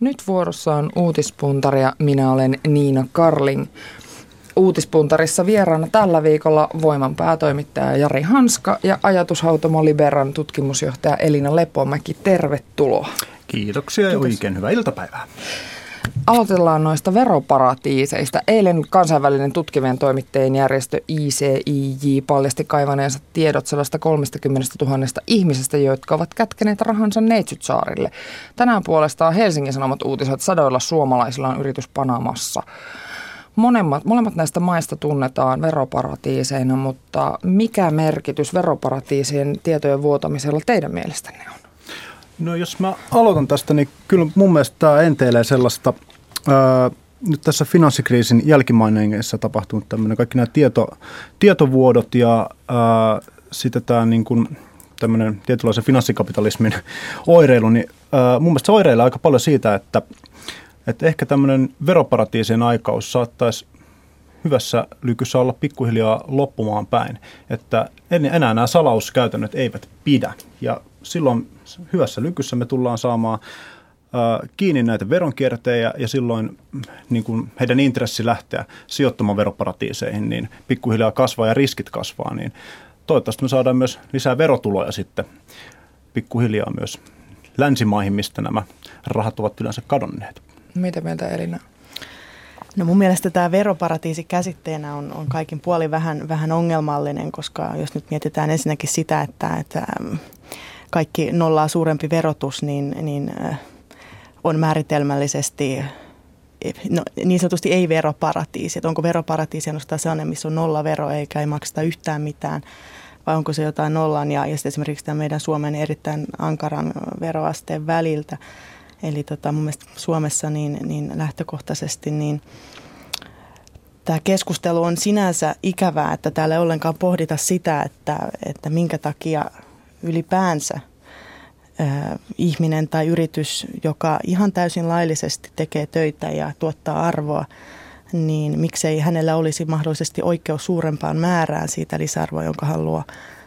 Nyt vuorossa on Uutispuntari ja minä olen Niina Karling. Uutispuntarissa vieraana tällä viikolla Voiman päätoimittaja Jari Hanska ja ajatushautomo Liberan tutkimusjohtaja Elina Lepomäki. Tervetuloa. Kiitoksia ja oikein hyvää iltapäivää. Aloitellaan noista veroparatiiseista. Eilen kansainvälinen tutkivien toimittajien järjestö ICIJ paljasti kaivaneensa tiedot 130 000 ihmisestä, jotka ovat kätkeneet rahansa Neitsytsaarille. Tänään puolestaan Helsingin Sanomat uutisoi, että sadoilla suomalaisilla on yritys Panamassa. Molemmat näistä maista tunnetaan veroparatiiseina, mutta mikä merkitys veroparatiisien tietojen vuotamisella teidän mielestänne on? No jos mä aloitan tästä, niin kyllä mun mielestä tämä enteilee sellaista, nyt tässä finanssikriisin jälkimainingeissa tapahtunut tämmöinen kaikki nämä tietovuodot ja sitten tämä niin kuin tämmöinen tietynlaisen finanssikapitalismin oireilu, niin mun mielestä se oireilee aika paljon siitä, että ehkä tämmöinen veroparatiisien aikaus saattaisi hyvässä lykyssä olla pikkuhiljaa loppumaan päin, että enää nämä salauskäytännöt eivät pidä ja silloin hyvässä lykyssä me tullaan saamaan kiinni näitä veronkiertejä ja silloin niin kuin heidän intressi lähteä sijoittamaan veroparatiiseihin, niin pikkuhiljaa kasvaa ja riskit kasvaa, niin toivottavasti me saadaan myös lisää verotuloja sitten pikkuhiljaa myös länsimaihin, mistä nämä rahat ovat yleensä kadonneet. Mitä mieltä Elina? No mun mielestä tämä veroparatiisi käsitteenä on kaikin puolin vähän ongelmallinen, koska jos nyt mietitään ensinnäkin sitä, että kaikki nollaa suurempi verotus, niin on määritelmällisesti niin sanotusti ei veroparatiisi. Että onko veroparatiisi ainoastaan sellainen, missä on nolla vero eikä ei makseta yhtään mitään, vai onko se jotain nollan ja sitten esimerkiksi tämän meidän Suomen erittäin ankaran veroasteen väliltä. Eli mun mielestä Suomessa niin lähtökohtaisesti niin tämä keskustelu on sinänsä ikävää, että täällä ei ollenkaan pohdita sitä, että minkä takia ylipäänsä ihminen tai yritys, joka ihan täysin laillisesti tekee töitä ja tuottaa arvoa, niin miksei hänellä olisi mahdollisesti oikeus suurempaan määrään siitä lisäarvoa, jonka haluaa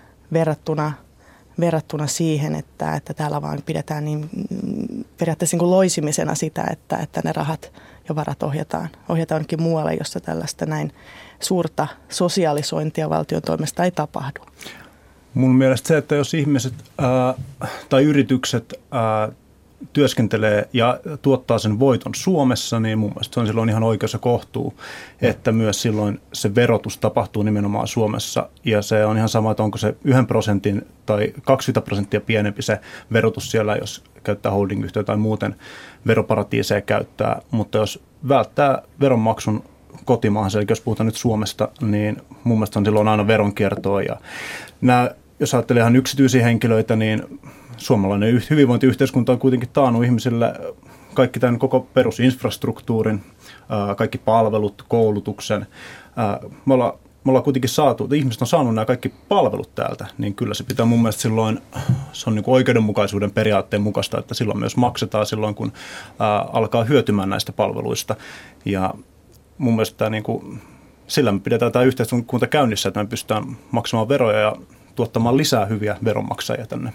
verrattuna siihen, että täällä vaan pidetään niin periaatteessa niin kuin loisimisena sitä, että ne rahat ja varat ohjataan jonnekin muualle, jossa tällaista näin suurta sosialisointia valtion toimesta ei tapahdu. Mun mielestä se, että jos ihmiset tai yritykset työskentelee ja tuottaa sen voiton Suomessa, niin mun mielestä se on silloin ihan oikeus ja kohtuu, että myös silloin se verotus tapahtuu nimenomaan Suomessa. Ja se on ihan sama, että onko se 1% tai 20% pienempi se verotus siellä, jos käyttää holding-yhtiötä tai muuten veroparatiiseja käyttää. Mutta jos välttää veronmaksun kotimaahan, eli jos puhutaan nyt Suomesta, niin mun mielestä on silloin aina veronkiertoa. Ja jos ajattelee ihan yksityisiä henkilöitä, niin suomalainen hyvinvointiyhteiskunta on kuitenkin taannut ihmisille kaikki tämän koko perusinfrastruktuurin, kaikki palvelut, koulutuksen. Me ollaan kuitenkin saatu, ihmiset on saanut nämä kaikki palvelut täältä, niin kyllä se pitää mun mielestä silloin, se on niin kuin oikeudenmukaisuuden periaatteen mukaista, että silloin myös maksetaan silloin, kun alkaa hyötymään näistä palveluista. Ja mun mielestä tämä, niin kuin, sillä me pidetään tämä yhteiskunta käynnissä, että me pystytään maksamaan veroja ja tuottamaan lisää hyviä veronmaksajia tänne.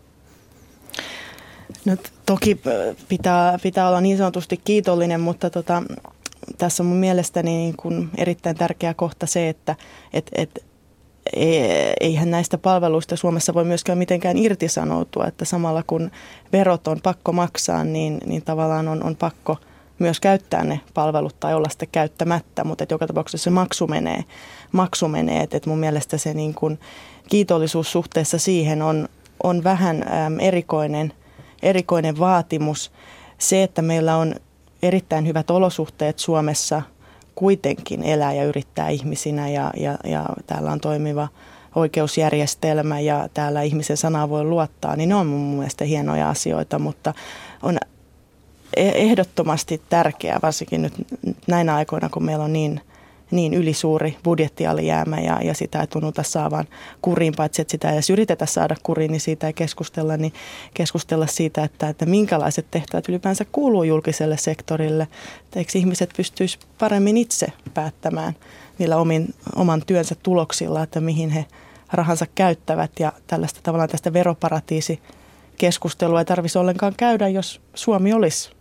No, toki pitää olla niin sanotusti kiitollinen, mutta tässä on mun mielestäni niin kuin erittäin tärkeä kohta se, että eihän näistä palveluista Suomessa voi myöskään mitenkään irtisanoutua, että samalla kun verot on pakko maksaa, niin tavallaan on pakko myös käyttää ne palvelut tai olla sitten käyttämättä, mutta joka tapauksessa se maksu menee, että mun mielestä se niin kuin kiitollisuus suhteessa siihen on vähän erikoinen vaatimus. Se, että meillä on erittäin hyvät olosuhteet Suomessa kuitenkin elää ja yrittää ihmisinä ja täällä on toimiva oikeusjärjestelmä ja täällä ihmisen sanaa voi luottaa, niin ne on mun mielestä hienoja asioita, mutta on ehdottomasti tärkeää, varsinkin nyt näinä aikoina, kun meillä on niin ylisuuri budjettialijäämä ja sitä ei tunnuta saavan kuriin, paitsi että sitä ei edes yritetä saada kuriin, niin siitä ei keskustella, niin keskustella siitä, että minkälaiset tehtävät ylipäänsä kuuluu julkiselle sektorille. Eikö ihmiset pystyisi paremmin itse päättämään niillä oman työnsä tuloksilla, että mihin he rahansa käyttävät ja tällaista tavallaan tästä veroparatiisikeskustelua ei tarvitsisi ollenkaan käydä, jos Suomi olisi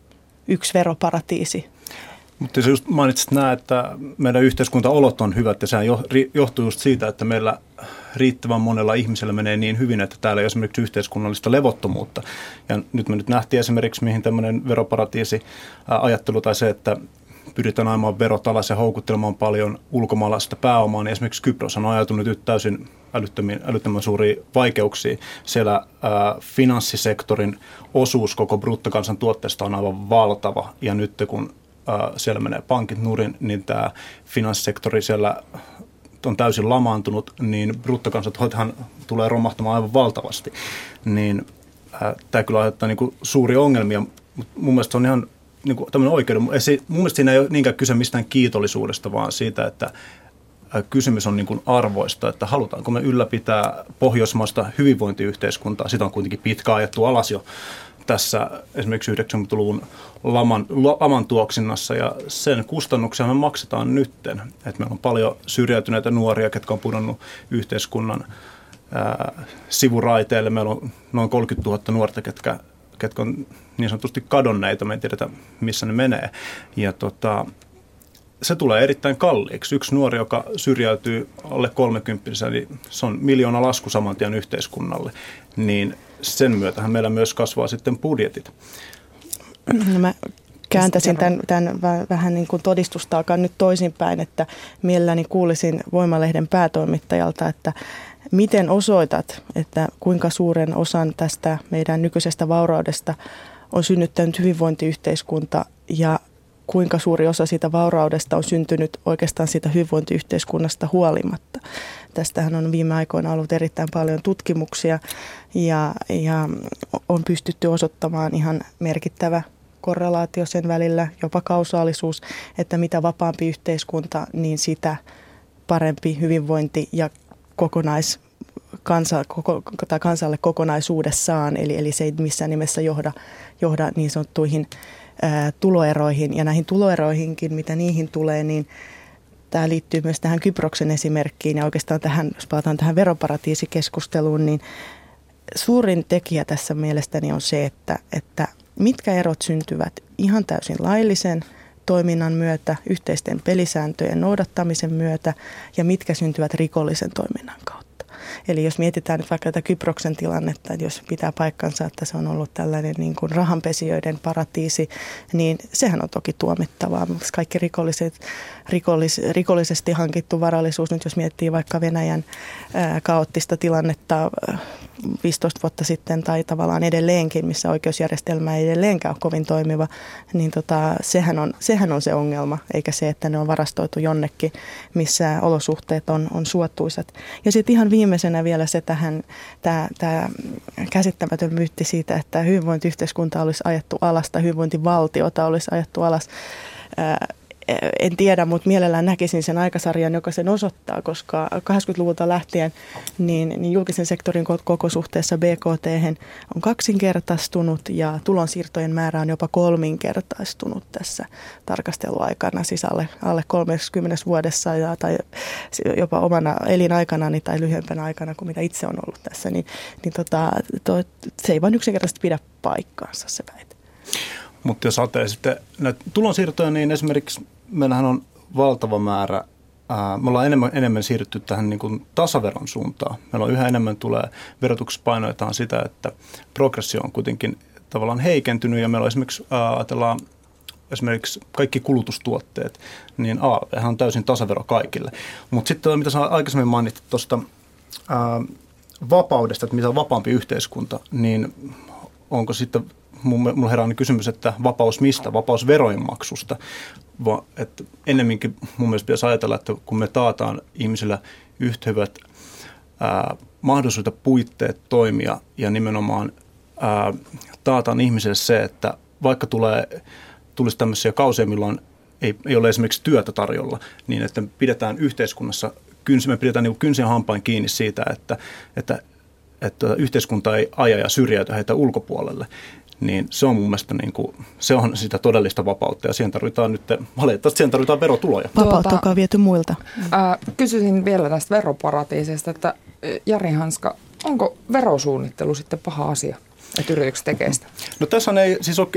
yksi veroparatiisi. Mutta jos just mainitsit että meidän yhteiskuntaolot on hyvät ja sehän johtuu just siitä, että meillä riittävän monella ihmisellä menee niin hyvin, että täällä ei ole esimerkiksi yhteiskunnallista levottomuutta. Ja nyt me nähtiin esimerkiksi, mihin tämmöinen veroparatiisi ajattelu tai se, että pyritään aimaan verot alas ja houkuttelemaan paljon ulkomaalaista pääomaa, niin esimerkiksi Kypros on ajautunut nyt täysin älyttömän suuriin vaikeuksiin. Siellä finanssisektorin osuus koko bruttokansantuotteesta on aivan valtava ja nyt kun siellä menee pankit nurin, niin tämä finanssisektori siellä on täysin lamaantunut, niin bruttokansantuotehan tulee romahtamaan aivan valtavasti. Niin tämä kyllä aiheuttaa niin kuin suuria ongelmia, mutta mun mielestä se on ihan niin kuin tämmöinen oikeuden. Mun mielestä siinä ei ole niinkään kyse mistään kiitollisuudesta, vaan siitä, että kysymys on niin kuin arvoista, että halutaanko me ylläpitää pohjoismaista hyvinvointiyhteiskuntaa. Sitä on kuitenkin pitkään ajettu alas jo tässä esimerkiksi 90-luvun laman tuoksinnassa ja sen kustannuksia me maksetaan nytten. Että meillä on paljon syrjäytyneitä nuoria, ketkä on pudonnut yhteiskunnan sivuraiteille. Meillä on noin 30 000 nuorta, ketkä on niin sanotusti kadonneita. Me ei tiedetä, missä ne menee. Ja se tulee erittäin kalliiksi. Yksi nuori, joka syrjäytyy alle 30, niin se on miljoona lasku saman tien yhteiskunnalle. Niin sen myötähän meillä myös kasvaa sitten budjetit. No mä kääntäisin tämän vähän niin kuin todistustaakaan nyt toisinpäin, että mielelläni kuulisin Voima-lehden päätoimittajalta, että miten osoitat, että kuinka suuren osan tästä meidän nykyisestä vauraudesta on synnyttänyt hyvinvointiyhteiskunta ja kuinka suuri osa siitä vauraudesta on syntynyt oikeastaan siitä hyvinvointiyhteiskunnasta huolimatta. Tästähän on viime aikoina ollut erittäin paljon tutkimuksia ja on pystytty osoittamaan ihan merkittävä korrelaatio sen välillä, jopa kausaalisuus, että mitä vapaampi yhteiskunta, niin sitä parempi hyvinvointi ja kansalle kokonaisuudessaan. Eli se ei missään nimessä johda niin sanottuihin tuloeroihin ja näihin tuloeroihinkin, mitä niihin tulee, niin tämä liittyy myös tähän Kyproksen esimerkkiin ja oikeastaan tähän, jos palataan tähän veroparatiisikeskusteluun, niin suurin tekijä tässä mielestäni on se, että mitkä erot syntyvät ihan täysin laillisen toiminnan myötä, yhteisten pelisääntöjen noudattamisen myötä ja mitkä syntyvät rikollisen toiminnan kautta. Eli jos mietitään nyt vaikka tätä Kyproksen tilannetta, että jos pitää paikkansa, että se on ollut tällainen niin kuin rahanpesijöiden paratiisi, niin sehän on toki tuomittavaa. Kaikki rikollisesti hankittu varallisuus, nyt jos miettii vaikka Venäjän kaoottista tilannetta 15 vuotta sitten tai tavallaan edelleenkin, missä oikeusjärjestelmä ei edelleenkään ole kovin toimiva, niin sehän on se ongelma, eikä se, että ne on varastoitu jonnekin, missä olosuhteet on suotuisat. Ja sitten ihan viimeisenä vielä se tämä käsittämätön myytti siitä, että hyvinvointiyhteiskunta olisi ajettu alas tai hyvinvointivaltiota olisi ajettu alas. En tiedä, mutta mielellään näkisin sen aikasarjan, joka sen osoittaa, koska 80-luvulta lähtien niin julkisen sektorin koko suhteessa BKT on kaksinkertaistunut ja tulonsiirtojen määrä on jopa kolminkertaistunut tässä tarkasteluaikana, siis alle 30 vuodessa tai jopa omana elinaikanani tai lyhyempänä aikana kuin mitä itse on ollut tässä, se ei vain yksinkertaisesti pidä paikkaansa se väite. Mutta jos ajattelee sitten näitä tulonsiirtoja, niin esimerkiksi meillähän on valtava määrä, me ollaan enemmän siirrytty tähän niin kuin tasaveron suuntaan. Meillä on yhä enemmän verotuksessa painotetaan sitä, että progressio on kuitenkin tavallaan heikentynyt ja meillä on esimerkiksi, ajatellaan esimerkiksi kaikki kulutustuotteet, niin ALV on täysin tasavero kaikille. Mutta sitten mitä sä aikaisemmin mainitsit tuosta vapaudesta, että mitä on vapaampi yhteiskunta, niin onko sitten mulla herää kysymys, että vapaus mistä? Vapaus verojen maksusta. Että ennemminkin mun mielestä pitäisi ajatella, että kun me taataan ihmisillä yhtä hyvät mahdollisuudet puitteet toimia ja nimenomaan taataan ihmisille se, että vaikka tulisi tämmöisiä kausia, milloin ei ole esimerkiksi työtä tarjolla, niin että pidetään yhteiskunnassa, me pidetään niin kuin kynsin hampain kiinni siitä, että yhteiskunta ei aja ja syrjäytä heitä ulkopuolelle. Niin se on mun mielestä se on sitä todellista vapautta ja siihen tarvitaan nyt, valitettavasti siihen tarvitaan verotuloja. Vapautta, joka on viety muilta. Kysyisin vielä tästä veroparatiisista, että Jari Hanska, onko verosuunnittelu sitten paha asia, että yritykset tekee sitä? No tässä ei siis oikein,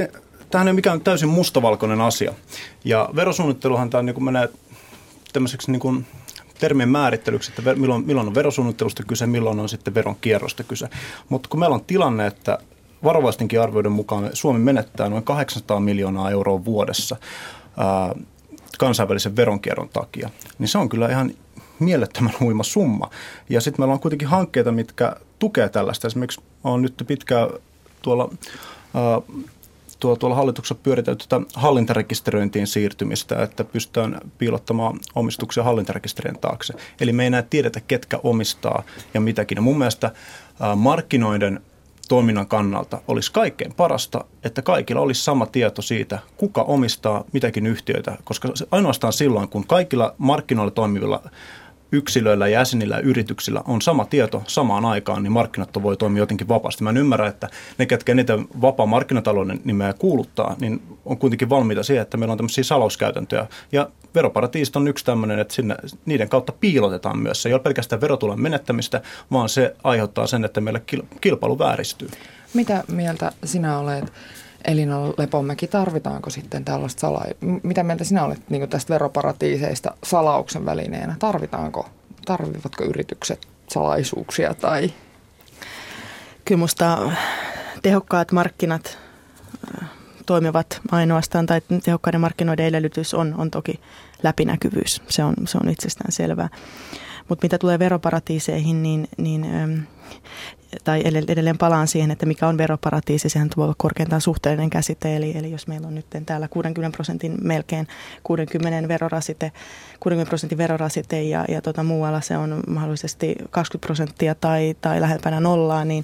tämähän ei ole mikään täysin mustavalkoinen asia. Ja verosuunnitteluhan tämä niin menee tämmöiseksi niin kuin termien määrittelyksi, että milloin on verosuunnittelusta kyse, milloin on sitten veronkierrosta kyse. Mutta kun meillä on tilanne, että varovaistenkin arvioiden mukaan Suomi menettää noin 800 miljoonaa euroa vuodessa kansainvälisen veronkierron takia, niin se on kyllä ihan mielettömän huima summa. Ja sitten meillä on kuitenkin hankkeita, mitkä tukee tällaista. Esimerkiksi on nyt pitkään tuolla hallituksessa pyöritelty hallintarekisteröintiin siirtymistä, että pystytään piilottamaan omistuksia hallintarekisterien taakse. Eli me ei enää tiedetä, ketkä omistaa ja mitäkin. Ja mun mielestä markkinoiden toiminnan kannalta olisi kaikkein parasta, että kaikilla olisi sama tieto siitä, kuka omistaa mitäkin yhtiöitä, koska ainoastaan silloin, kun kaikilla markkinoilla toimivilla yksilöillä, jäsenillä ja yrityksillä on sama tieto samaan aikaan, niin markkinat voi toimia jotenkin vapaasti. Mä en ymmärrä, että ne, ketkä eniten vapaa markkinatalouden nimeä kuuluttaa, niin on kuitenkin valmiita siihen, että meillä on tämmöisiä salauskäytäntöjä. Ja veroparatiisit on yksi tämmöinen, että niiden kautta piilotetaan myös. Se ei ole pelkästään verotulon menettämistä, vaan se aiheuttaa sen, että meillä kilpailu vääristyy. Mitä mieltä sinä olet, Elina Lepomäki, tarvitaanko sitten tällaista mitä mieltä sinä olet niin kuin tästä veroparatiiseista salauksen välineenä? Tarvivatko yritykset salaisuuksia tai? Kyllä musta tehokkaat markkinat toimivat ainoastaan, tai tehokkaiden markkinoiden edellytys on toki läpinäkyvyys. Se on itsestään selvää. Mutta mitä tulee veroparatiiseihin, tai edelleen palaan siihen, että mikä on veroparatiisi, sehän voi olla korkeintaan suhteellinen käsite, eli jos meillä on nyt täällä 60% melkein 60% verorasite ja muualla se on mahdollisesti 20% tai lähempänä nollaa, niin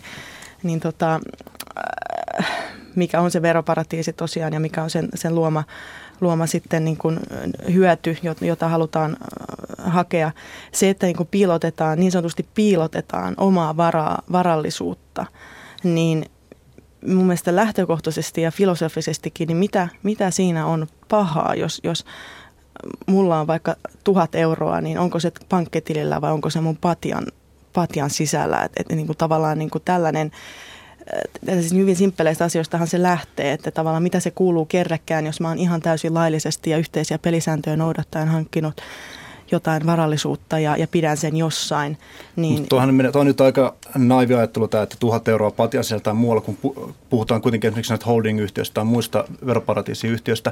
mikä on se veroparatiisi tosiaan ja mikä on sen luoma sitten niin kuin hyöty, jota halutaan hakea. Se, että niin sanotusti piilotetaan omaa varallisuutta, niin mun mielestä lähtökohtaisesti ja filosofisestikin, niin mitä siinä on pahaa, jos mulla on vaikka 1,000 euroa, niin onko se pankkitilillä vai onko se mun patjan sisällä, että niin kuin tavallaan niin kuin tällainen. Siis hyvin simppeleistä asioistahan se lähtee, että tavallaan mitä se kuuluu kerrekään, jos mä oon ihan täysin laillisesti ja yhteisiä pelisääntöjä noudattaen hankkinut jotain varallisuutta ja pidän sen jossain. Niin tuo on nyt aika naivi ajattelu tämä, että 1,000 euroa patjan sieltä tai muualla, kun puhutaan kuitenkin esimerkiksi näistä holding-yhtiöistä tai muista veroparatiisiyhtiöistä,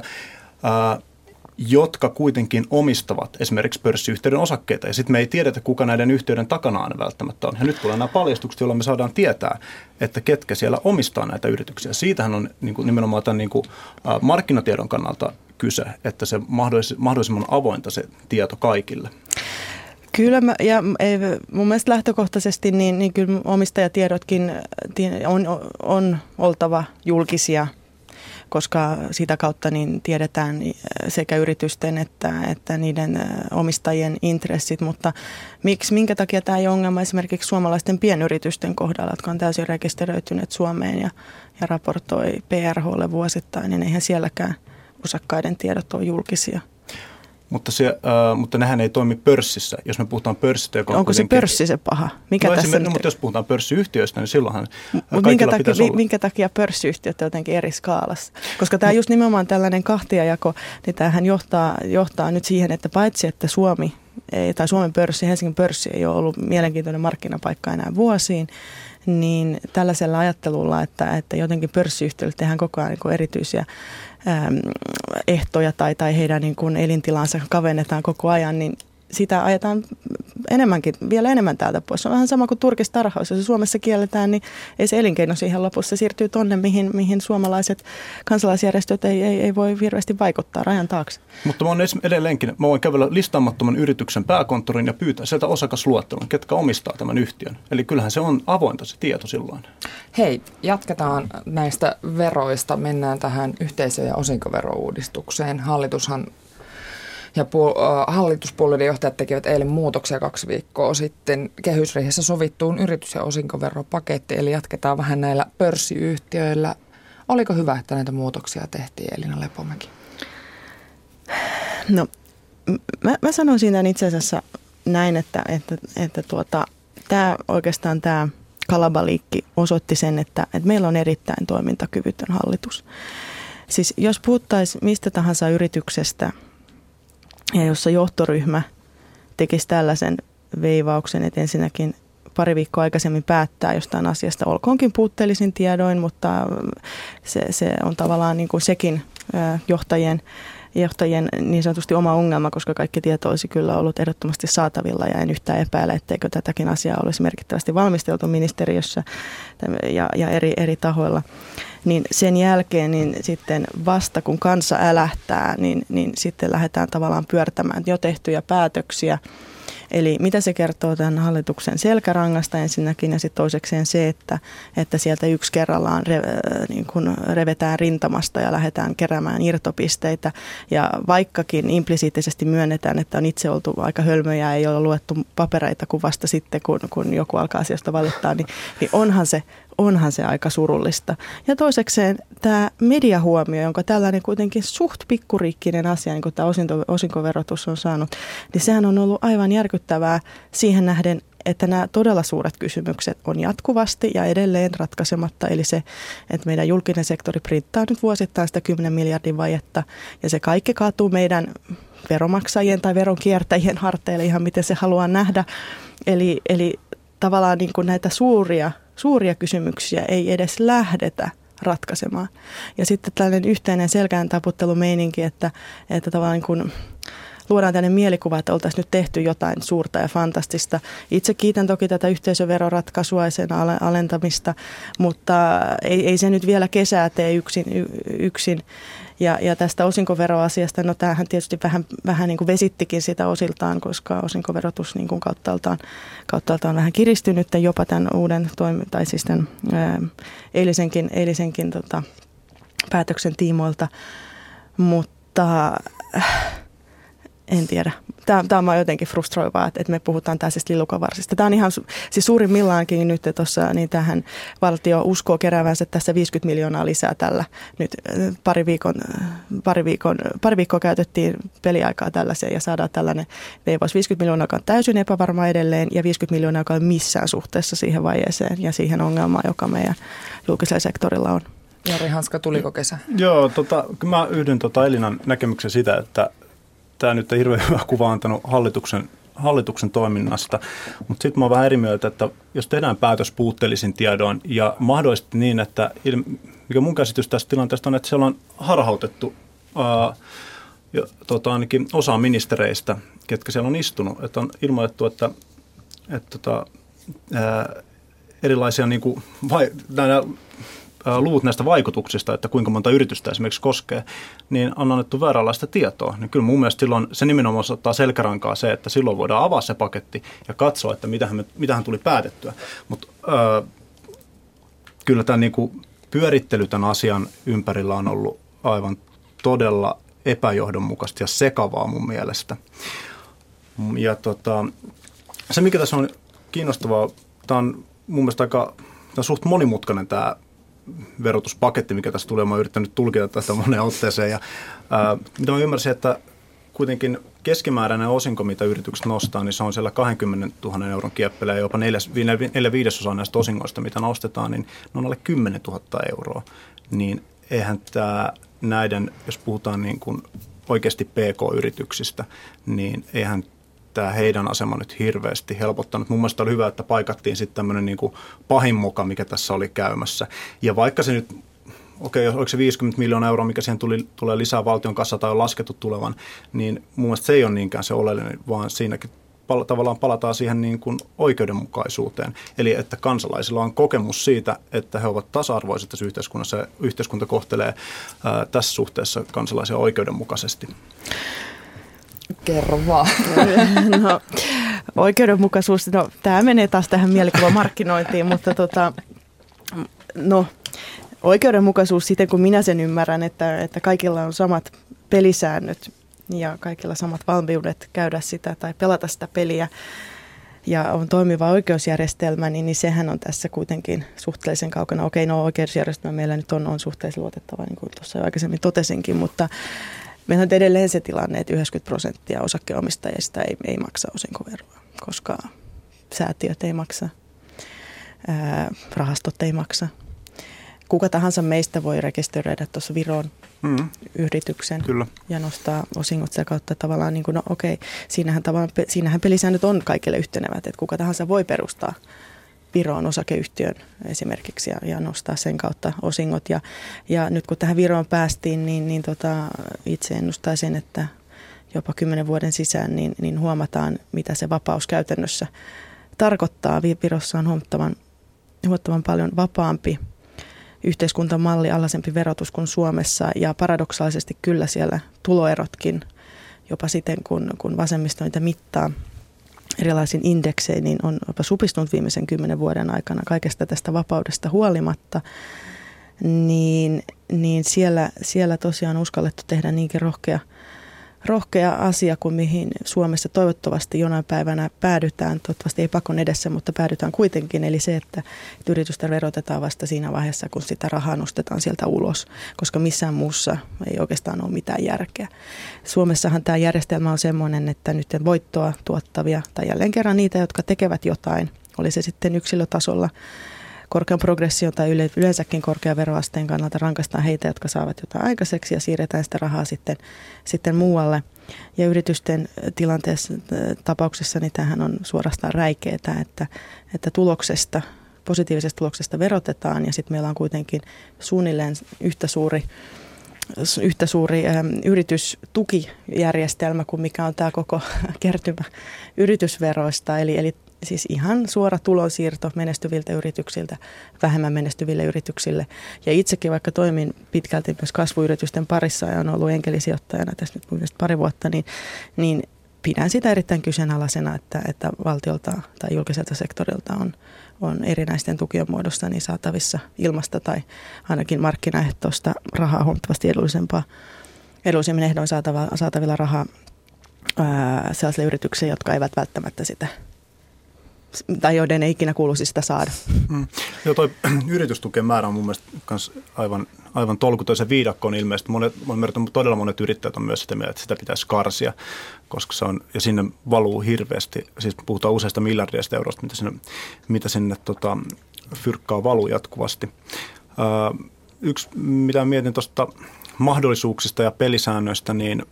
jotka kuitenkin omistavat esimerkiksi pörssiyhtiöiden osakkeita. Ja sitten me ei tiedetä, kuka näiden yhtiöiden takana on välttämättä on. Ja nyt tulee nämä paljastukset, joilla me saadaan tietää, että ketkä siellä omistaa näitä yrityksiä. Siitähän on nimenomaan tämän markkinatiedon kannalta kyse, että se mahdollisimman avointa se tieto kaikille. Kyllä, ja mun mielestä lähtökohtaisesti niin kyllä omistajatiedotkin on oltava julkisia, koska sitä kautta niin tiedetään sekä yritysten että niiden omistajien intressit, mutta minkä takia tämä ei ole ongelma esimerkiksi suomalaisten pienyritysten kohdalla, jotka on täysin rekisteröityneet Suomeen ja raportoi PRH:lle vuosittain, niin eihän sielläkään osakkaiden tiedot ole julkisia. Mutta nehän ei toimi pörssissä, jos me puhutaan pörssistä. Joka onko se pörssi se paha? Mutta jos puhutaan pörssiyhtiöistä, niin silloinhan kaikilla pitäisi olla. Minkä takia pörssiyhtiöt on jotenkin eri skaalassa? Koska tämä just nimenomaan tällainen kahtiajako, niin tämähän johtaa nyt siihen, että paitsi että Suomen pörssi, Helsingin pörssi ei ole ollut mielenkiintoinen markkinapaikka enää vuosiin, niin tällaisella ajattelulla, että jotenkin pörssiyhtiöille tehdään koko ajan niin erityisiä ehtoja tai heidän niin kuin elintilansa kavennetaan koko ajan, niin sitä ajetaan vielä enemmän täältä pois. Se on vähän sama kuin turkistarhaus. Jos se Suomessa kielletään, niin ei se elinkeino siihen lopussa. Se siirtyy tonne, mihin suomalaiset kansalaisjärjestöt ei voi hirveästi vaikuttaa rajan taakse. Mutta mä voin kävellä listaamattoman yrityksen pääkonttorin ja pyytää sieltä osakasluettelon, ketkä omistaa tämän yhtiön. Eli kyllähän se on avointa se tieto silloin. Hei, jatketaan näistä veroista. Mennään tähän yhteisö- ja osinkoverouudistukseen. Hallitushan ja hallituspuolueiden johtajat tekivät eilen muutoksia 2 viikkoa sitten kehysriihessä sovittuun yritys- ja osinkoveropakettiin, eli jatketaan vähän näillä pörssiyhtiöillä. Oliko hyvä, että näitä muutoksia tehtiin, Elina Lepomäki? Mä sanon siinä itse asiassa näin, että tämä kalabaliikki osoitti sen, että meillä on erittäin toimintakyvytön hallitus. Siis jos puhuttaisiin mistä tahansa yrityksestä ja jossa johtoryhmä tekisi tällaisen veivauksen, että ensinnäkin pari viikkoa aikaisemmin päättää jostain asiasta, olkoonkin puutteellisin tiedoin, mutta se on tavallaan niin kuin sekin johtajien niin sanotusti oma ongelma, koska kaikki tieto olisi kyllä ollut ehdottomasti saatavilla ja en yhtään epäile, etteikö tätäkin asiaa olisi merkittävästi valmisteltu ministeriössä ja eri tahoilla. Niin sen jälkeen niin sitten vasta kun kansa älähtää, niin sitten lähdetään tavallaan pyörtämään jo tehtyjä päätöksiä. Eli mitä se kertoo tämän hallituksen selkärangasta ensinnäkin ja sitten toisekseen se, että sieltä yksi kerrallaan niin kun revetään rintamasta ja lähdetään keräämään irtopisteitä. Ja vaikkakin implisiittisesti myönnetään, että on itse oltu aika hölmöjä, ei ole luettu papereita kuin vasta sitten, kun joku alkaa asiasta valittaa, niin onhan se aika surullista. Ja toisekseen tämä mediahuomio, jonka tällainen kuitenkin suht pikkuriikkinen asia, niin kuin tämä osinkoverotus on saanut, niin sehän on ollut aivan järkyttävää siihen nähden, että nämä todella suuret kysymykset on jatkuvasti ja edelleen ratkaisematta. Eli se, että meidän julkinen sektori printtaa nyt vuosittain sitä 10 miljardin vajetta ja se kaikki kaatuu meidän veromaksajien tai veronkiertäjien harteille ihan miten se haluaa nähdä. Eli tavallaan niin kuin näitä suuria kysymyksiä ei edes lähdetä ratkaisemaan. Ja sitten tällainen yhteinen selkään taputtelumeininki, että tavallaan niin kuin luodaan tällainen mielikuva, että oltaisiin nyt tehty jotain suurta ja fantastista. Itse kiitän toki tätä yhteisöveroratkaisua ja sen alentamista, mutta ei se nyt vielä kesää tee yksin. Ja tästä osinkoveroasiasta, no tämähän tietysti vähän niin kuin vesittikin sitä osiltaan, koska osinkoverotus niin kuin kauttaaltaan vähän kiristynyt jopa tämän uuden tai siis tämän eilisenkin päätöksen tiimoilta, mutta en tiedä. Tämä on jotenkin frustroivaa, että me puhutaan tällaisesta lillukanvarsista. Tämä on ihan siis suurimmillaankin nyt tuossa, niin tähän valtio uskoo keräävänsä tässä 50 miljoonaa lisää tällä. Nyt pari viikkoa käytettiin peliaikaa tällaiseen ja saadaan tällainen veivos 50 miljoonaa, joka on täysin epävarma edelleen ja 50 miljoonaa, joka on missään suhteessa siihen vaiheeseen ja siihen ongelmaan, joka meidän julkisella sektorilla on. Jari Hanska, tuliko kesä? Joo, mä yhdyn Elinan näkemyksen sitä, että tämä nyt ei hirveän hyvä kuva antanut hallituksen toiminnasta, mutta sitten mä oon vähän eri mieltä, että jos tehdään päätös puutteellisin tiedoin ja mahdollisesti niin, että mikä mun käsitys tästä tilanteesta on, että siellä on harhautettu ainakin osa ministereistä, ketkä siellä on istunut, että on ilmoitettu, että erilaisia niin kuin, luvut näistä vaikutuksista, että kuinka monta yritystä esimerkiksi koskee, niin on annettu vääränlaista tietoa. Niin kyllä mun mielestä silloin se nimenomaan ottaa selkärankaa se, että silloin voidaan avaa se paketti ja katsoa, että mitähän tuli päätettyä. Mutta kyllä tämä niinku pyörittely tämän asian ympärillä on ollut aivan todella epäjohdonmukaista ja sekavaa mun mielestä. Ja se, mikä tässä on kiinnostavaa, tämä on mun mielestä aika suht monimutkainen tämä verotuspaketti, mikä tässä tulee. Mä oon yrittänyt tulkita tästä moneen otteeseen. Ja, mitä mä ymmärsin, että kuitenkin keskimääräinen osinko, mitä yritykset nostaa, niin se on siellä 20 000 euron kieppeillä ja jopa 4/5 näistä osingoista, mitä nostetaan, niin ne on alle 10 000 euroa. Niin eihän tämä näiden, jos puhutaan niin kuin oikeasti PK-yrityksistä, niin eihän tämä heidän asema nyt hirveästi helpottanut. Mun mielestä oli hyvä, että paikattiin sitten tämmöinen niin kuin pahin moka, mikä tässä oli käymässä. Ja vaikka se nyt, oliko se 50 miljoonaa euroa, mikä siihen tulee lisää valtion kassa tai on laskettu tulevan, niin mun mielestä se ei ole niinkään se oleellinen, vaan siinäkin tavallaan palataan siihen niin kuin oikeudenmukaisuuteen. Eli että kansalaisilla on kokemus siitä, että he ovat tasa-arvoiset tässä yhteiskunnassa ja yhteiskunta kohtelee tässä suhteessa kansalaisia oikeudenmukaisesti. Kerro vaan. No, oikeudenmukaisuus, tämä menee taas tähän mielikuvamarkkinointiin, mutta oikeudenmukaisuus siten, kun minä sen ymmärrän, että kaikilla on samat pelisäännöt ja kaikilla samat valmiudet käydä sitä tai pelata sitä peliä ja on toimiva oikeusjärjestelmä, niin sehän on tässä kuitenkin suhteellisen kaukana. Okei, oikeusjärjestelmä meillä nyt on suhteellisen luotettava, niin kuin tuossa jo aikaisemmin totesinkin, mutta meillä on edelleen se tilanne, että 90% osakkeenomistajista ei maksa osinkoveroa, koska säätiöt ei maksa, rahastot ei maksa. Kuka tahansa meistä voi rekisteröidä tuossa Viron yrityksen Kyllä. ja nostaa osingot sitä kautta tavallaan, niin kuin, no okei, siinähän pelisäännöt on kaikille yhtenevät, että kuka tahansa voi perustaa Viroon osakeyhtiön esimerkiksi ja nostaa sen kautta osingot. Ja nyt kun tähän Viroon päästiin, niin itse ennustaisin, että jopa 10 vuoden sisään niin huomataan, mitä se vapaus käytännössä tarkoittaa. Virossa on huomattavan paljon vapaampi yhteiskuntamalli, alhaisempi verotus kuin Suomessa ja paradoksaalisesti kyllä siellä tuloerotkin jopa siten, kun vasemmisto niitä mittaa erilaisin indeksein, niin on jopa supistunut viimeisen 10 vuoden aikana kaikesta tästä vapaudesta huolimatta, niin siellä tosiaan on uskallettu tehdä niinkin rohkea asia kuin mihin Suomessa toivottavasti jonain päivänä päädytään. Toivottavasti ei pakon edessä, mutta päädytään kuitenkin. Eli se, että yritystä verotetaan vasta siinä vaiheessa, kun sitä rahaa nostetaan sieltä ulos, koska missään muussa ei oikeastaan ole mitään järkeä. Suomessahan tämä järjestelmä on semmoinen, että nyt voittoa tuottavia tai jälleen kerran niitä, jotka tekevät jotain, oli se sitten yksilötasolla, korkean progression tai yleensäkin korkean veroasteen kannalta rankaistaan heitä, jotka saavat jotain aikaiseksi ja siirretään sitä rahaa sitten muualle. Ja yritysten tapauksessa niin tämähän on suorastaan räikeetä, että positiivisesta tuloksesta verotetaan ja sitten meillä on kuitenkin suunnilleen yhtä suuri yritystukijärjestelmä kuin mikä on tämä koko kertymä yritysveroista. Eli siis ihan suora tulonsiirto menestyviltä yrityksiltä vähemmän menestyville yrityksille. Ja itsekin vaikka toimin pitkälti myös kasvuyritysten parissa ja on ollut enkelisijoittajana tässä nyt pari vuotta, niin pidän sitä erittäin kyseenalaisena, että valtiolta tai julkiselta sektorilta on erinäisten tukien muodossa niin saatavissa ilmasta tai ainakin markkinaehtoista rahaa huomattavasti edullisemmin ehdoin saatavilla rahaa sellaisille yrityksille, jotka eivät välttämättä sitä tai joiden ei ikinä kuuluisi sitä saada. Joo, toi yritystukien määrä on mun mielestä kans aivan tolkuton. Se viidakko on ilmeisesti, todella monet yrittäjät on myös sitä mieltä, että sitä pitäisi karsia, koska se on, ja sinne valuu hirveästi, siis puhutaan useista miljardista eurosta, mitä sinne fyrkkaa valuu jatkuvasti. Yksi, mitä mietin tuosta mahdollisuuksista ja pelisäännöistä, niin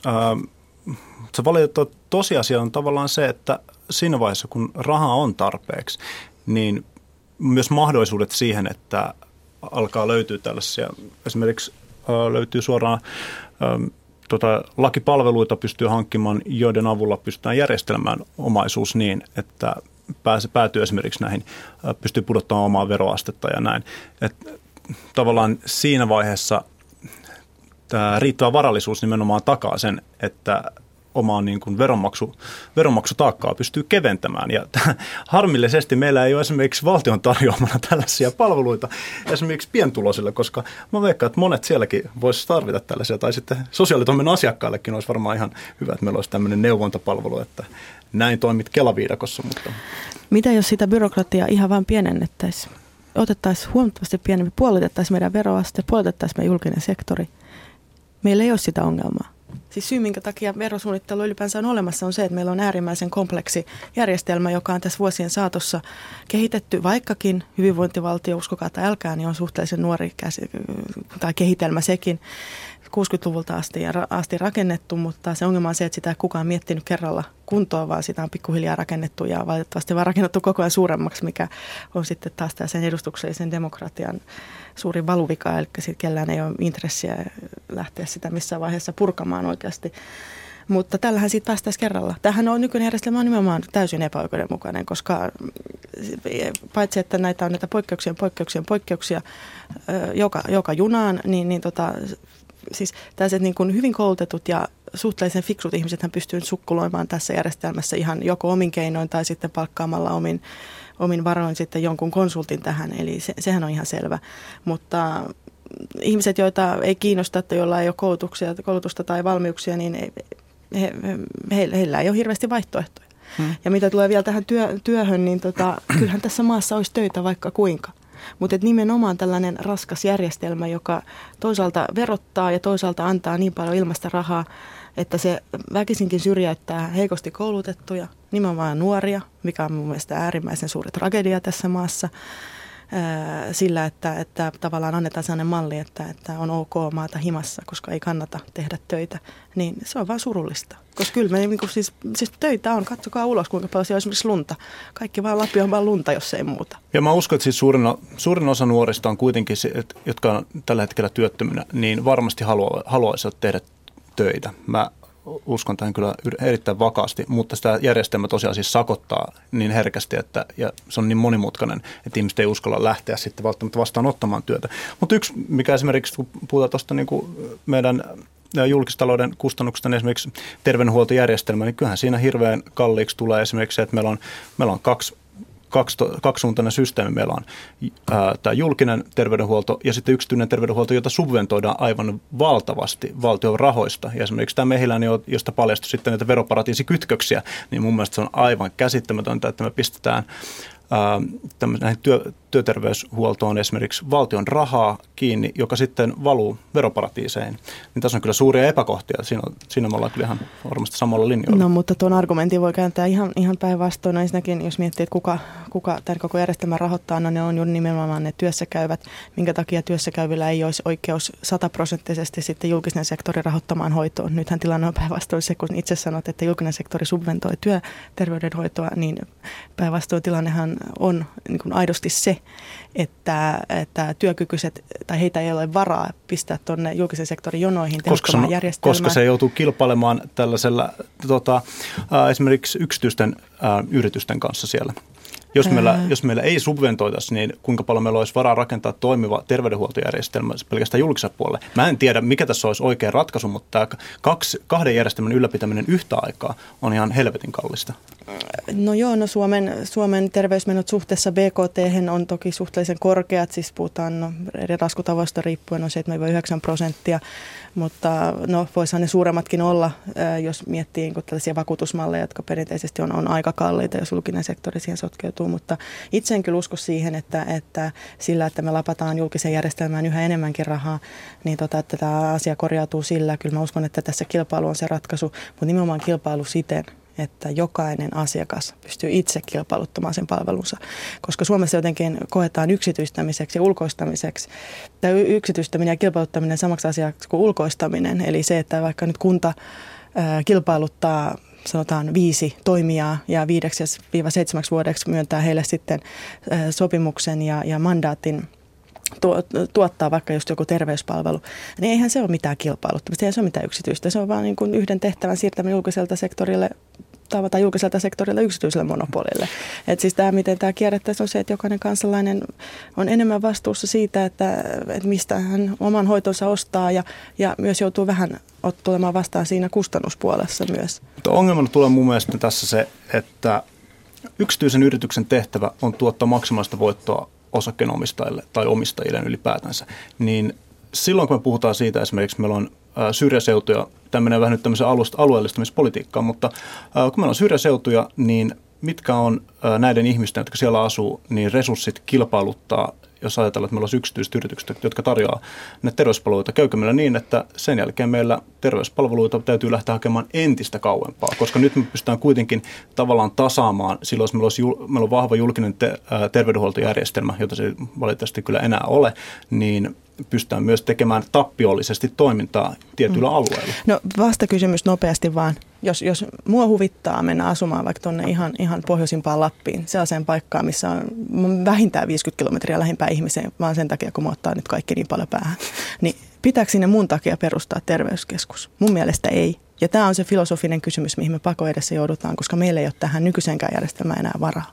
se valitettava tosiasia on tavallaan se, että siinä vaiheessa, kun rahaa on tarpeeksi, niin myös mahdollisuudet siihen, että alkaa löytyä tällaisia, esimerkiksi löytyy suoraan lakipalveluita pystyy hankkimaan, joiden avulla pystytään järjestelmään omaisuus niin, että päätyy esimerkiksi näihin, pystyy pudottamaan omaa veroastetta ja näin. Että tavallaan siinä vaiheessa tämä riittävä varallisuus nimenomaan takaa sen, että omaa niin kuin veronmaksutaakkaa pystyy keventämään. Ja harmillisesti meillä ei ole esimerkiksi valtion tarjoamana tällaisia palveluita esimerkiksi pientuloisille, koska mä veikkaan, että monet sielläkin voisi tarvita tällaisia. Tai sitten sosiaalitoimen asiakkaillekin olisi varmaan ihan hyvä, että meillä olisi tämmöinen neuvontapalvelu, että näin toimit Kela-viidakossa. Mutta mitä jos sitä byrokratiaa ihan vain pienennettäisiin? Otettaisiin huomattavasti pienempi, puolitettaisiin meidän veroaste, puolitettaisiin meidän julkinen sektori. Meillä ei ole sitä ongelmaa. Siis syy, minkä takia verosuunnittelu ylipäänsä on olemassa, on se, että meillä on äärimmäisen kompleksi järjestelmä, joka on tässä vuosien saatossa kehitetty, vaikkakin hyvinvointivaltio, uskokaa tai älkää, niin on suhteellisen nuori tai kehitelmä sekin, 60-luvulta asti rakennettu, mutta se ongelma on se, että sitä ei kukaan miettinyt kerralla kuntoon, vaan sitä on pikkuhiljaa rakennettu ja valitettavasti vaan rakennettu koko ajan suuremmaksi, mikä on sitten taas sen edustuksellisen demokratian suuri valuvika, eli kellään ei ole intressiä lähteä sitä missään vaiheessa purkamaan oikeasti. Mutta tällähän siitä päästäisiin kerralla. Tämähän on nykyinen järjestelmä on nimenomaan täysin epäoikeudenmukainen, koska paitsi että näitä on näitä poikkeuksia joka junaan, siis tällaiset niin kuin hyvin koulutetut ja suhteellisen fiksut ihmisethän pystyvät sukkuloimaan tässä järjestelmässä ihan joko omin keinoin tai sitten palkkaamalla omin varoin sitten jonkun konsultin tähän, eli sehän on ihan selvä. Mutta ihmiset, joita ei kiinnosta, että joilla ei ole koulutusta tai valmiuksia, niin heillä ei ole hirveästi vaihtoehtoja. Ja mitä tulee vielä tähän työhön, niin kyllähän tässä maassa olisi töitä vaikka kuinka. Mutta nimenomaan tällainen raskas järjestelmä, joka toisaalta verottaa ja toisaalta antaa niin paljon ilmaista rahaa, että se väkisinkin syrjäyttää heikosti koulutettuja, nimenomaan nuoria, mikä on mun mielestä äärimmäisen suuri tragedia tässä maassa. sillä, että tavallaan annetaan sellainen malli, että on ok maata himassa, koska ei kannata tehdä töitä, niin se on vaan surullista. Koska kyllä me niin siis töitä on, katsokaa ulos, kuinka paljon siellä on esimerkiksi lunta. Kaikki vaan Lappi on vaan lunta, jos ei muuta. Ja mä uskon, että siis suurin osa nuorista on kuitenkin, jotka on tällä hetkellä työttöminä, niin varmasti haluaisivat tehdä töitä. Mä uskon tähän kyllä erittäin vakaasti, mutta sitä järjestelmä tosiaan siis sakottaa niin herkästi, ja se on niin monimutkainen, että ihmiset ei uskalla lähteä sitten välttämättä vastaanottamaan työtä. Mutta yksi, mikä esimerkiksi, kun puhutaan tuosta niin kuin meidän julkistalouden kustannuksista, esimerkiksi terveydenhuoltojärjestelmä, niin kyllähän siinä hirveän kalliiksi tulee esimerkiksi se, että meillä on kaksisuuntainen systeemi. Meillä on tämä julkinen terveydenhuolto ja sitten yksityinen terveydenhuolto, jota subventoidaan aivan valtavasti valtion rahoista. Ja esimerkiksi tämä Mehiläinen, josta paljastui sitten näitä veroparatiisikytköksiä, niin mun mielestä se on aivan käsittämätöntä, että me pistetään näihin työterveyshuoltoon esimerkiksi valtion rahaa kiinni, joka sitten valuu veroparatiiseihin. Niin tässä on kyllä suuria epäkohtia. Siinä me ollaan kyllä ihan varmasti samalla linjoilla. No, mutta tuon argumentin voi kääntää ihan päinvastoin. No, ensinnäkin, jos miettii, että kuka tämän koko järjestelmän rahoittaa, no ne on juuri nimenomaan ne työssäkäyvät. Minkä takia työssäkäyvillä ei olisi oikeus 100% sitten julkisen sektorin rahoittamaan hoitoon. Nythän tilanne on päinvastoin se, kun itse sanot, että julkinen sektori subventoi työterveydenhoitoa, niin päinvastoin tilannehan on niin kuin aidosti se, että työkykyiset tai heitä ei ole varaa pistää tuonne julkisen sektorin jonoihin tehottomaan järjestelmään. Koska se joutuu kilpailemaan tällaisella esimerkiksi yksityisten yritysten kanssa siellä. Jos meillä ei subventoitaisi, niin kuinka paljon meillä olisi varaa rakentaa toimiva terveydenhuoltojärjestelmä pelkästään julkisella puolella. Mä en tiedä, mikä tässä olisi oikea ratkaisu, mutta kahden järjestelmän ylläpitäminen yhtä aikaa on ihan helvetin kallista. No joo, Suomen terveysmenot suhteessa BKT on toki suhteellisen korkeat, siis puhutaan eri laskutavoista riippuen on 7-9%, mutta voisihan ne suuremmatkin olla, jos miettii tällaisia vakuutusmalleja, jotka perinteisesti on aika kalliita, jos julkinen sektori siihen sotkeutuu, mutta itse en kyllä usko siihen, että sillä, että me lapataan julkisen järjestelmään yhä enemmänkin rahaa, niin että tämä asia korjautuu sillä. Kyllä mä uskon, että tässä kilpailu on se ratkaisu, mutta nimenomaan kilpailu siten, että jokainen asiakas pystyy itse kilpailuttamaan sen palvelunsa, koska Suomessa jotenkin koetaan yksityistämiseksi ja ulkoistamiseksi. Tämä yksityistäminen ja kilpailuttaminen samaksi asiaksi kuin ulkoistaminen, eli se, että vaikka nyt kunta kilpailuttaa sanotaan 5 toimijaa ja 5-7 vuodeksi myöntää heille sitten sopimuksen ja mandaatin tuottaa vaikka just joku terveyspalvelu, niin eihän se ole mitään kilpailuttamista, eihän se ole mitään yksityistä. Se on vaan niin kuin yhden tehtävän siirtäminen julkiselta sektorille yksityiselle monopolille. Et siis tämä, miten tämä kierrettäisiin, on se, että jokainen kansalainen on enemmän vastuussa siitä, että mistä hän oman hoitonsa ostaa ja myös joutuu vähän tulemaan vastaan siinä kustannuspuolessa myös. Mutta ongelmana tulee mun mielestä tässä se, että yksityisen yrityksen tehtävä on tuottaa maksimaalista voittoa osakkeenomistajille tai omistajille ylipäätänsä, niin silloin kun me puhutaan siitä, esimerkiksi meillä on syrjäseutuja, tämä menee vähän nyt tämmöiseen alueellistamispolitiikkaan, mutta kun meillä on syrjäseutuja, niin mitkä on näiden ihmisten, jotka siellä asuu, niin resurssit kilpailuttaa, jos ajatellaan, että meillä on yksityiset yritykset, jotka tarjoaa ne terveyspalveluita köykämmällä niin, että sen jälkeen meillä terveyspalveluita täytyy lähteä hakemaan entistä kauempaa, koska nyt me pystytään kuitenkin tavallaan tasaamaan, silloin jos meillä on vahva julkinen terveydenhuoltojärjestelmä, jota se valitettavasti kyllä enää ole, niin pystytään myös tekemään tappiollisesti toimintaa tietyillä alueilla. No vastakysymys nopeasti vaan. Jos mua huvittaa mennä asumaan vaikka tuonne ihan pohjoisimpaan Lappiin, sellaiseen paikkaan, missä on vähintään 50 kilometriä lähimpään ihmiseen, vaan sen takia, kun mua ottaa nyt kaikki niin paljon päähän, niin pitääkö sinne mun takia perustaa terveyskeskus? Mun mielestä ei. Ja tämä on se filosofinen kysymys, mihin me pakon edessä joudutaan, koska meillä ei ole tähän nykyisenkään järjestelmään enää varaa.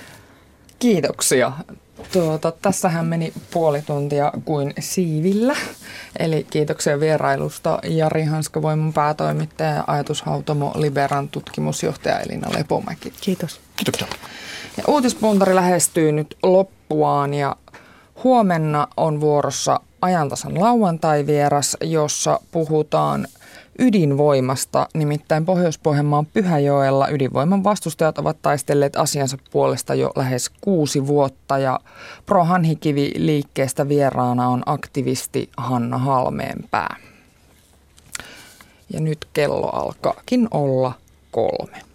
Kiitoksia. Tässähän meni puoli tuntia kuin siivillä. Eli kiitoksia vierailusta Jari Hanskavoimun päätoimittaja ja Ajatushautomo Liberan tutkimusjohtaja Elina Lepomäki. Kiitos. Kiitoksia. Ja uutispuntari lähestyy nyt loppuaan ja huomenna on vuorossa ajantasan lauantai-vieras, jossa puhutaan ydinvoimasta, nimittäin Pohjois-Pohjanmaan Pyhäjoella ydinvoiman vastustajat ovat taistelleet asiansa puolesta jo lähes 6 vuotta ja Pro Hanhikivi-liikkeestä vieraana on aktivisti Hanna Halmeenpää. Ja nyt kello alkaakin olla 3.